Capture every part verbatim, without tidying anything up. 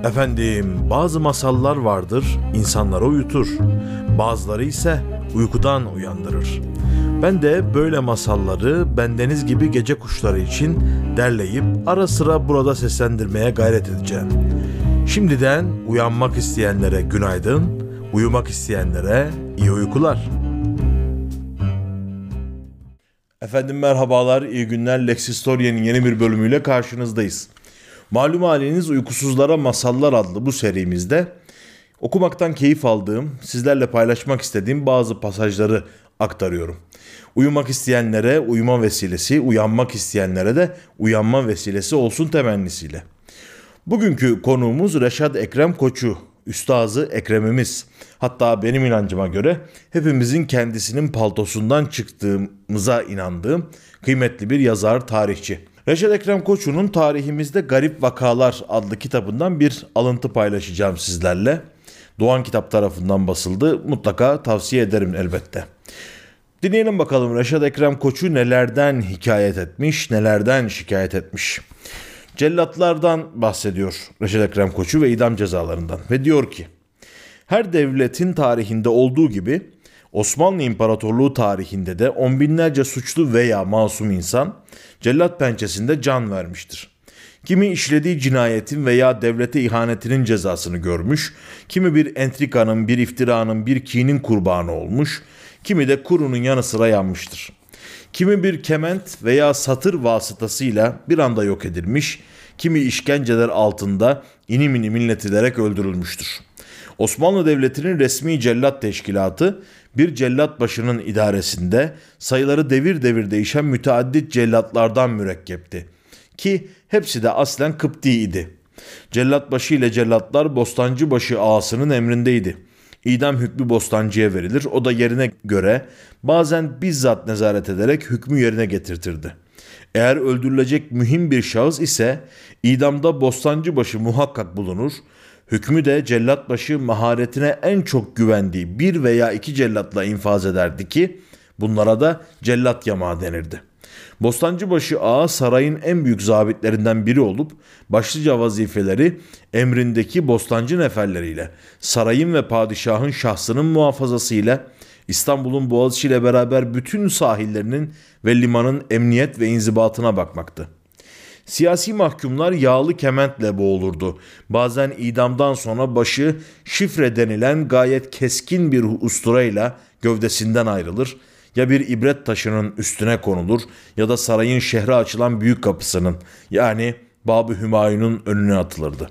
Efendim, bazı masallar vardır, insanları uyutur. Bazıları ise uykudan uyandırır. Ben de böyle masalları bendeniz gibi gece kuşları için derleyip ara sıra burada seslendirmeye gayret edeceğim. Şimdiden uyanmak isteyenlere günaydın, uyumak isteyenlere iyi uykular. Efendim merhabalar, iyi günler. Lexistoria'nın yeni bir bölümüyle karşınızdayız. Malum haliniz Uykusuzlara Masallar adlı bu serimizde okumaktan keyif aldığım, sizlerle paylaşmak istediğim bazı pasajları aktarıyorum. Uyumak isteyenlere uyuma vesilesi, uyanmak isteyenlere de uyanma vesilesi olsun temennisiyle. Bugünkü konuğumuz Reşad Ekrem Koçu, Üstazı Ekremimiz. Hatta benim inancıma göre hepimizin kendisinin paltosundan çıktığımıza inandığım kıymetli bir yazar, tarihçi. Reşad Ekrem Koçu'nun Tarihimizde Garip Vakalar adlı kitabından bir alıntı paylaşacağım sizlerle. Doğan Kitap tarafından basıldı. Mutlaka tavsiye ederim elbette. Dinleyelim bakalım Reşad Ekrem Koçu nelerden hikayet etmiş, nelerden şikayet etmiş. Cellatlardan bahsediyor Reşad Ekrem Koçu ve idam cezalarından ve diyor ki: her devletin tarihinde olduğu gibi Osmanlı İmparatorluğu tarihinde de on binlerce suçlu veya masum insan cellat pençesinde can vermiştir. Kimi işlediği cinayetin veya devlete ihanetinin cezasını görmüş, kimi bir entrikanın, bir iftiranın, bir kinin kurbanı olmuş, kimi de kurunun yanı sıra yanmıştır. Kimi bir kement veya satır vasıtasıyla bir anda yok edilmiş, kimi işkenceler altında inim inim inletilerek öldürülmüştür. Osmanlı Devleti'nin resmi cellat teşkilatı bir cellat başının idaresinde sayıları devir devir değişen müteaddit cellatlardan mürekkepti. Ki hepsi de aslen Kıpti idi. Cellatbaşı ile cellatlar Bostancıbaşı ağasının emrindeydi. İdam hükmü Bostancı'ya verilir. O da yerine göre bazen bizzat nezaret ederek hükmü yerine getirtirdi. Eğer öldürülecek mühim bir şahıs ise idamda Bostancıbaşı muhakkak bulunur. Hükmü de cellatbaşı maharetine en çok güvendiği bir veya iki cellatla infaz ederdi ki bunlara da cellat yamağı denirdi. Bostancıbaşı ağa sarayın en büyük zabitlerinden biri olup başlıca vazifeleri emrindeki bostancı neferleriyle, sarayın ve padişahın şahsının muhafazasıyla İstanbul'un Boğaziçi ile beraber bütün sahillerinin ve limanın emniyet ve inzibatına bakmaktı. Siyasi mahkumlar yağlı kementle boğulurdu. Bazen idamdan sonra başı şifre denilen gayet keskin bir usturayla gövdesinden ayrılır, ya bir ibret taşının üstüne konulur ya da sarayın şehre açılan büyük kapısının yani Bab-ı Hümayun'un önüne atılırdı.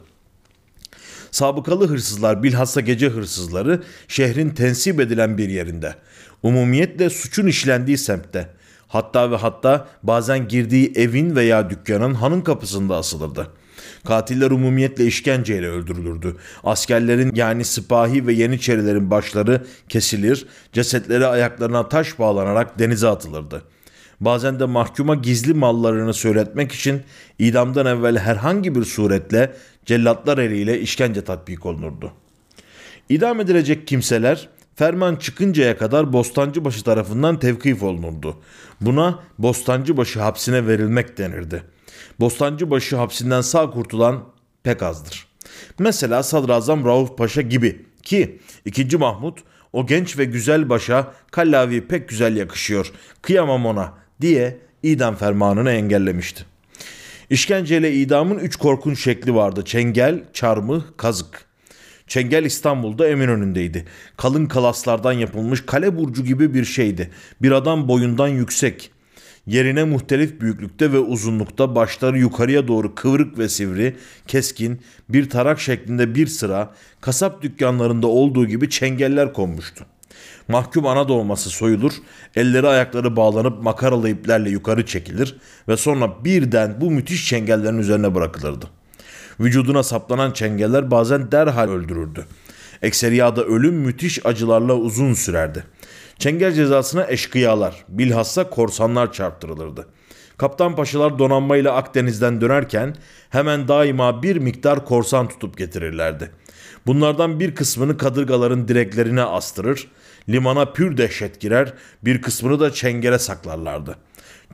Sabıkalı hırsızlar, bilhassa gece hırsızları şehrin tensip edilen bir yerinde, umumiyetle suçun işlendiği semtte, hatta ve hatta bazen girdiği evin veya dükkanın hanın kapısında asılırdı. Katiller umumiyetle işkenceyle öldürülürdü. Askerlerin yani sipahi ve yeniçerilerin başları kesilir, cesetleri ayaklarına taş bağlanarak denize atılırdı. Bazen de mahkuma gizli mallarını söyletmek için idamdan evvel herhangi bir suretle cellatlar eliyle işkence tatbik olunurdu. İdam edilecek kimseler ferman çıkıncaya kadar Bostancıbaşı tarafından tevkif olunurdu. Buna Bostancıbaşı hapsine verilmek denirdi. Bostancıbaşı hapsinden sağ kurtulan pek azdır. Mesela Sadrazam Rauf Paşa gibi ki ikinci. Mahmut o genç ve güzel başa kallavi pek güzel yakışıyor, kıyamam ona diye idam fermanını engellemişti. İşkenceyle idamın üç korkunç şekli vardı: çengel, çarmıh, kazık. Çengel İstanbul'da Eminönü'ndeydi. Kalın kalaslardan yapılmış kale burcu gibi bir şeydi. Bir adam boyundan yüksek. Yerine muhtelif büyüklükte ve uzunlukta, başları yukarıya doğru kıvrık ve sivri, keskin, bir tarak şeklinde bir sıra kasap dükkanlarında olduğu gibi çengeller konmuştu. Mahkum ana doğması soyulur, elleri ayakları bağlanıp makaralı iplerle yukarı çekilir ve sonra birden bu müthiş çengellerin üzerine bırakılırdı. Vücuduna saplanan çengeller bazen derhal öldürürdü. Ekseriyada ölüm müthiş acılarla uzun sürerdi. Çengel cezasına eşkıyalar, bilhassa korsanlar çarptırılırdı. Kaptan paşalar donanmayla Akdeniz'den dönerken hemen daima bir miktar korsan tutup getirirlerdi. Bunlardan bir kısmını kadırgaların direklerine astırır, limana pür dehşet girer, bir kısmını da çengele saklarlardı.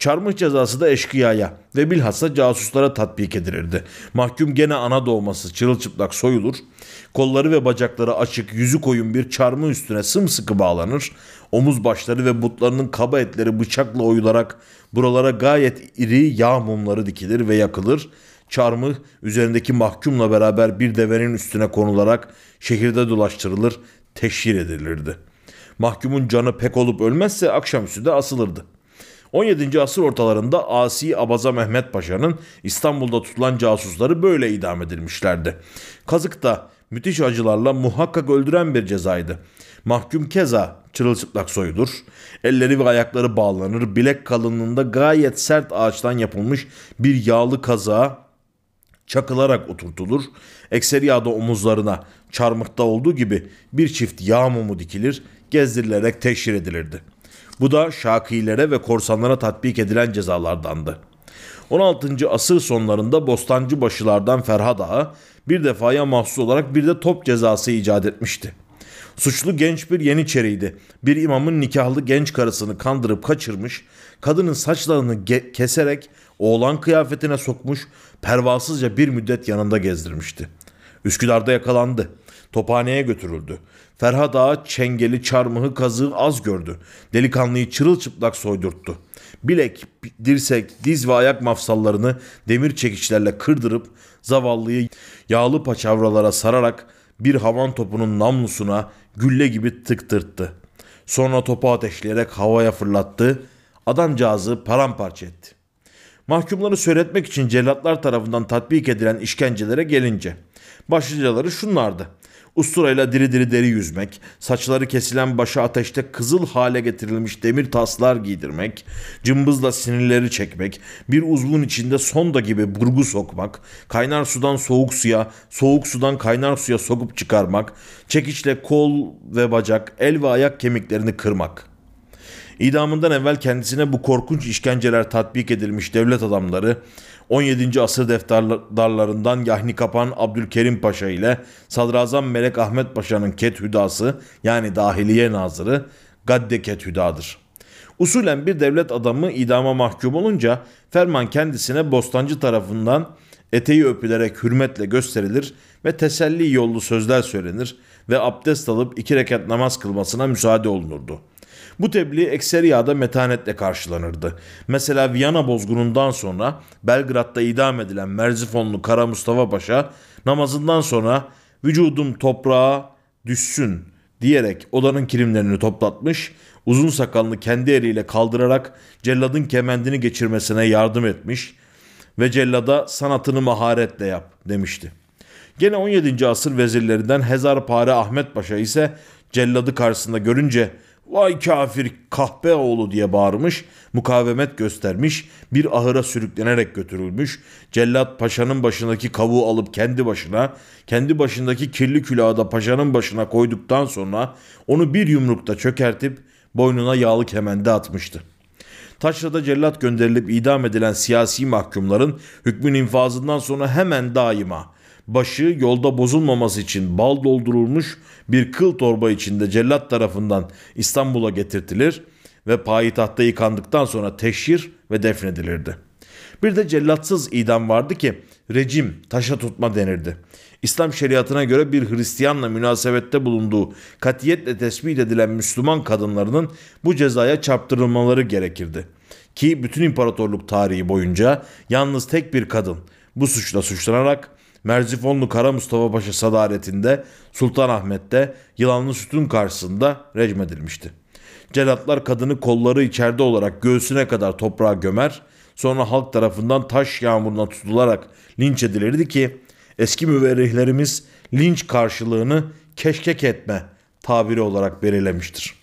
Çarmıh cezası da eşkıyaya ve bilhassa casuslara tatbik edilirdi. Mahkum gene ana doğması çırılçıplak soyulur, kolları ve bacakları açık, yüzü koyun bir çarmıh üstüne sımsıkı bağlanır, omuz başları ve butlarının kaba etleri bıçakla oyularak buralara gayet iri yağ mumları dikilir ve yakılır. Çarmıh üzerindeki mahkumla beraber bir devenin üstüne konularak şehirde dolaştırılır, teşhir edilirdi. Mahkumun canı pek olup ölmezse akşamüstü de asılırdı. on yedinci asır ortalarında Asi Abaza Mehmet Paşa'nın İstanbul'da tutulan casusları böyle idam edilmişlerdi. Kazık da müthiş acılarla muhakkak öldüren bir cezaydı. Mahkum keza çırılçıplak soyulur, elleri ve ayakları bağlanır, bilek kalınlığında gayet sert ağaçtan yapılmış bir yağlı kazığa çakılarak oturtulur, ekseriyada omuzlarına çarmıhta olduğu gibi bir çift yağ mumu dikilir, gezdirilerek teşhir edilirdi. Bu da şakilere ve korsanlara tatbik edilen cezalardandı. on altıncı asır sonlarında Bostancıbaşılardan Ferhat Ağa bir defaya mahsus olarak bir de top cezası icat etmişti. Suçlu genç bir yeniçeriydi. Bir imamın nikahlı genç karısını kandırıp kaçırmış, kadının saçlarını ge- keserek oğlan kıyafetine sokmuş, pervasızca bir müddet yanında gezdirmişti. Üsküdar'da yakalandı. Tophaneye götürüldü. Ferhat Ağa çengeli, çarmıhı, kazığı az gördü. Delikanlıyı çırılçıplak soydurttu. Bilek, dirsek, diz ve ayak mafsallarını demir çekiçlerle kırdırıp zavallıyı yağlı paçavralara sararak bir havan topunun namlusuna gülle gibi tıktırttı. Sonra topu ateşleyerek havaya fırlattı. Adamcağızı paramparça etti. Mahkumları söyletmek için cellatlar tarafından tatbik edilen işkencelere gelince başlıcaları şunlardı: usturayla diri diri deri yüzmek, saçları kesilen başa ateşte kızıl hale getirilmiş demir taslar giydirmek, cımbızla sinirleri çekmek, bir uzvun içinde sonda gibi burgu sokmak, kaynar sudan soğuk suya, soğuk sudan kaynar suya sokup çıkarmak, çekiçle kol ve bacak, el ve ayak kemiklerini kırmak. İdamından evvel kendisine bu korkunç işkenceler tatbik edilmiş devlet adamları on yedinci asır defterdarlarından Yahni Kapan Abdülkerim Paşa ile Sadrazam Melek Ahmet Paşa'nın kethüdası yani dahiliye nazırı Gadde kethüdadır. Usulen bir devlet adamı idama mahkum olunca ferman kendisine Bostancı tarafından eteği öpülerek hürmetle gösterilir ve teselli yollu sözler söylenir ve abdest alıp iki rekat namaz kılmasına müsaade olunurdu. Bu tebliğ ekseriyada metanetle karşılanırdı. Mesela Viyana bozgunundan sonra Belgrad'da idam edilen Merzifonlu Kara Mustafa Paşa namazından sonra vücudum toprağa düşsün diyerek odanın kilimlerini toplatmış, uzun sakalını kendi eliyle kaldırarak celladın kemendini geçirmesine yardım etmiş ve cellada sanatını maharetle yap demişti. Gene on yedinci asır vezirlerinden Hezarpare Ahmet Paşa ise celladı karşısında görünce "Vay kafir kahpe oğlu" diye bağırmış, mukavemet göstermiş, bir ahıra sürüklenerek götürülmüş, cellat paşanın başındaki kavuğu alıp kendi başına, kendi başındaki kirli külahı da paşanın başına koyduktan sonra onu bir yumrukta çökertip boynuna yağlı kemende atmıştı. Taşra'da cellat gönderilip idam edilen siyasi mahkumların hükmün infazından sonra hemen daima başı yolda bozulmaması için bal doldurulmuş bir kıl torba içinde cellat tarafından İstanbul'a getirtilir ve payitahtta yıkandıktan sonra teşhir ve defnedilirdi. Bir de cellatsız idam vardı ki rejim, taşa tutma denirdi. İslam şeriatına göre bir Hristiyanla münasebette bulunduğu katiyetle tespit edilen Müslüman kadınlarının bu cezaya çarptırılmaları gerekirdi. Ki bütün imparatorluk tarihi boyunca yalnız tek bir kadın bu suçla suçlanarak Merzifonlu Kara Mustafa Paşa sadaretinde Sultanahmet'te yılanlı sütun karşısında recmedilmişti. Cellatlar kadını kolları içeride olarak göğsüne kadar toprağa gömer, sonra halk tarafından taş yağmuruna tutularak linç edilirdi ki eski müverrihlerimiz linç karşılığını keşkek etme tabiri olarak belirlemiştir.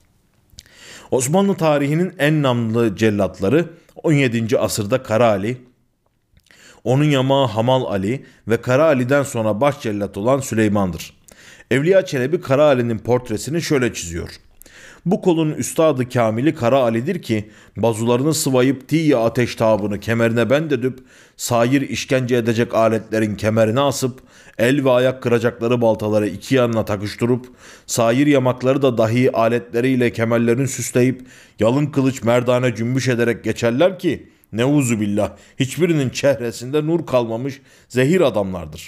Osmanlı tarihinin en namlı cellatları on yedinci asırda Kara Ali, onun yamağı Hamal Ali ve Kara Ali'den sonra baş cellat olan Süleyman'dır. Evliya Çelebi Kara Ali'nin portresini şöyle çiziyor: Bu kolun üstadı kamili Kara Ali'dir ki bazularını sıvayıp tiyye ateş tabını kemerine bendedip sair işkence edecek aletlerin kemerine asıp el ve ayak kıracakları baltaları iki yanına takıştırıp sair yamakları da dahi aletleriyle kemerlerini süsleyip yalın kılıç merdane cümbüş ederek geçerler ki neuzu billah hiçbirinin çehresinde nur kalmamış zehir adamlardır.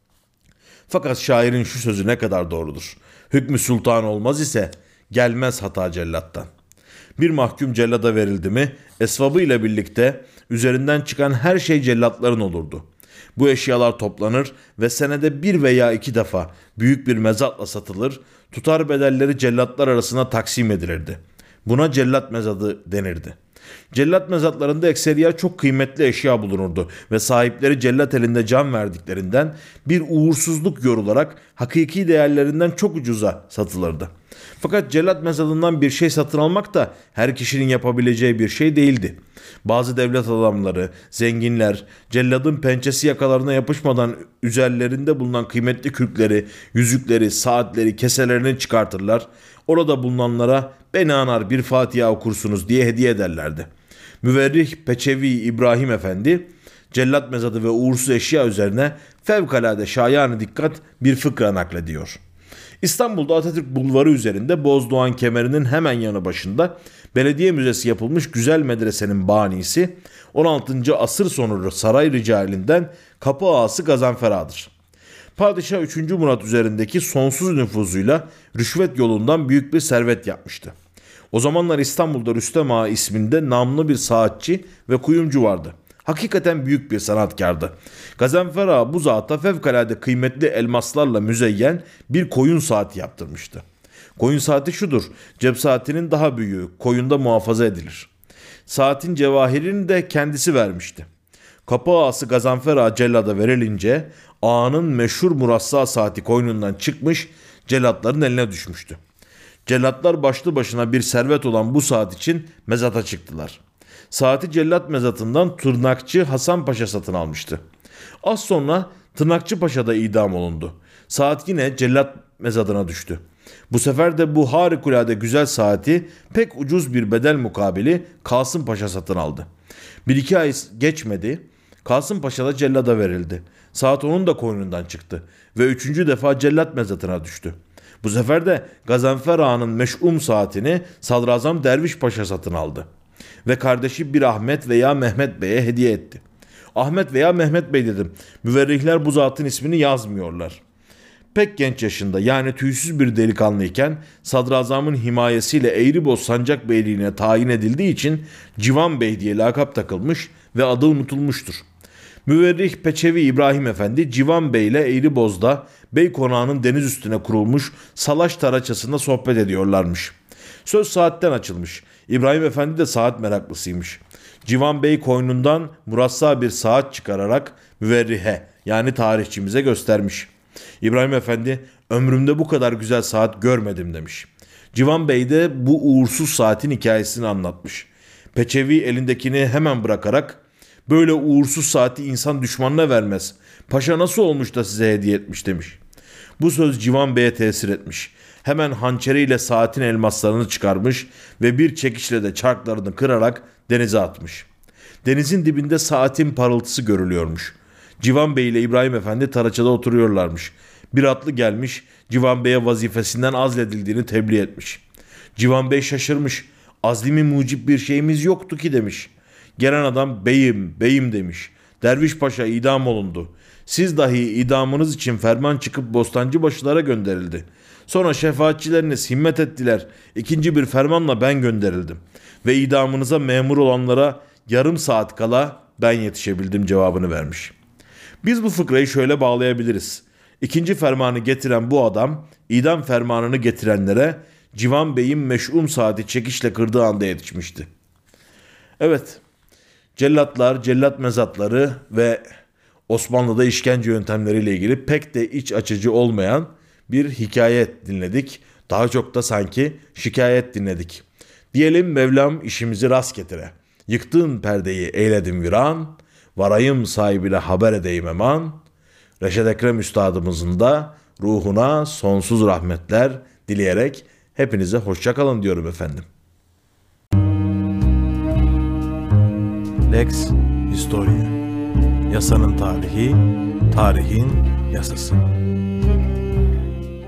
Fakat şairin şu sözü ne kadar doğrudur. Hükmü sultan olmaz ise gelmez hata cellattan. Bir mahkum cellada verildi mi esvabı ile birlikte üzerinden çıkan her şey cellatların olurdu. Bu eşyalar toplanır ve senede bir veya iki defa büyük bir mezatla satılır, tutar bedelleri cellatlar arasına taksim edilirdi. Buna cellat mezadı denirdi. Cellat mezatlarında ekseriya çok kıymetli eşya bulunurdu ve sahipleri cellat elinde can verdiklerinden bir uğursuzluk yorularak hakiki değerlerinden çok ucuza satılırdı. Fakat cellat mezadından bir şey satın almak da her kişinin yapabileceği bir şey değildi. Bazı devlet adamları, zenginler, celladın pençesi yakalarına yapışmadan üzerlerinde bulunan kıymetli kürkleri, yüzükleri, saatleri, keselerini çıkartırlar. Orada bulunanlara beni anar bir Fatiha okursunuz diye hediye ederlerdi. Müverrih Peçevi İbrahim Efendi, cellat mezadı ve uğursuz eşya üzerine fevkalade şayan dikkat bir fıkra naklediyor. İstanbul'da Atatürk Bulvarı üzerinde Bozdoğan kemerinin hemen yanı başında belediye müzesi yapılmış güzel medresenin banisi on altıncı asır sonu saray ricalinden kapı ağası Gazanfer Ağa'dır. Padişah üçüncü Murat üzerindeki sonsuz nüfuzuyla rüşvet yolundan büyük bir servet yapmıştı. O zamanlar İstanbul'da Rüstem Ağa isminde namlı bir saatçi ve kuyumcu vardı. Hakikaten büyük bir sanatkardı. Gazanfer Ağa bu zata fevkalade kıymetli elmaslarla müzeyyen bir koyun saati yaptırmıştı. Koyun saati şudur, cep saatinin daha büyüğü, koyunda muhafaza edilir. Saatin cevahir'ini de kendisi vermişti. Kapı ağası Gazanfer Ağa cellada verilince ağanın meşhur murassa saati koynundan çıkmış, cellatların eline düşmüştü. Cellatlar başlı başına bir servet olan bu saat için mezata çıktılar. Saati cellat mezatından Tırnakçı Hasan Paşa satın almıştı. Az sonra Tırnakçı Paşa da idam olundu. Saat yine cellat mezadına düştü. Bu sefer de bu harikulade güzel saati pek ucuz bir bedel mukabili Kasım Paşa satın aldı. Bir iki ay geçmedi, Kasım Paşa da cellada verildi. Saat onun da koynundan çıktı ve üçüncü defa cellat mezatına düştü. Bu sefer de Gazanfer Ağa'nın meş'um saatini Sadrazam Derviş Paşa satın aldı ve kardeşi bir Ahmet veya Mehmet Bey'e hediye etti. Ahmet veya Mehmet Bey dedim. Müverrihler bu zatın ismini yazmıyorlar. Pek genç yaşında yani tüysüz bir delikanlıyken sadrazamın himayesiyle Eğriboz Sancak Beyliğine tayin edildiği için Civan Bey diye lakap takılmış ve adı unutulmuştur. Müverrih Peçevi İbrahim Efendi Civan Bey ile Eğriboz'da Bey Konağı'nın deniz üstüne kurulmuş salaş taraçasında sohbet ediyorlarmış. Söz saatten açılmış. İbrahim Efendi de saat meraklısıymış. Civan Bey koynundan murassa bir saat çıkararak müverrihe yani tarihçimize göstermiş. İbrahim Efendi ömrümde bu kadar güzel saat görmedim demiş. Civan Bey de bu uğursuz saatin hikayesini anlatmış. Peçevi elindekini hemen bırakarak böyle uğursuz saati insan düşmanına vermez. Paşa nasıl olmuş da size hediye etmiş demiş. Bu söz Civan Bey'e tesir etmiş. Hemen hançeriyle saatin elmaslarını çıkarmış ve bir çekişle de çarklarını kırarak denize atmış. Denizin dibinde saatin parıltısı görülüyormuş. Civan Bey ile İbrahim Efendi taraçada oturuyorlarmış. Bir atlı gelmiş, Civan Bey'e vazifesinden azledildiğini tebliğ etmiş. Civan Bey şaşırmış. Azlimi mucip bir şeyimiz yoktu ki demiş. Gelen adam beyim, beyim demiş. Derviş Paşa idam olundu. Siz dahi idamınız için ferman çıkıp Bostancıbaşılara gönderildi. Sonra şefaatçileriniz himmet ettiler. İkinci bir fermanla ben gönderildim. Ve idamınıza memur olanlara yarım saat kala ben yetişebildim cevabını vermiş. Biz bu fıkrayı şöyle bağlayabiliriz. İkinci fermanı getiren bu adam, idam fermanını getirenlere Civan Bey'in meş'um saati çekişle kırdığı anda yetişmişti. Evet, cellatlar, cellat mezatları ve Osmanlı'da işkence yöntemleriyle ilgili pek de iç açıcı olmayan bir hikaye dinledik. Daha çok da sanki şikayet dinledik. Diyelim Mevlam işimizi rast getire. Yıktığın perdeyi eyledim viran, varayım sahibine haber edeyim eman. Reşet Ekrem Üstadımızın da ruhuna sonsuz rahmetler dileyerek Hepinize hoşça kalın diyorum efendim. Lex Historia. Yasanın tarihi, tarihin yasası.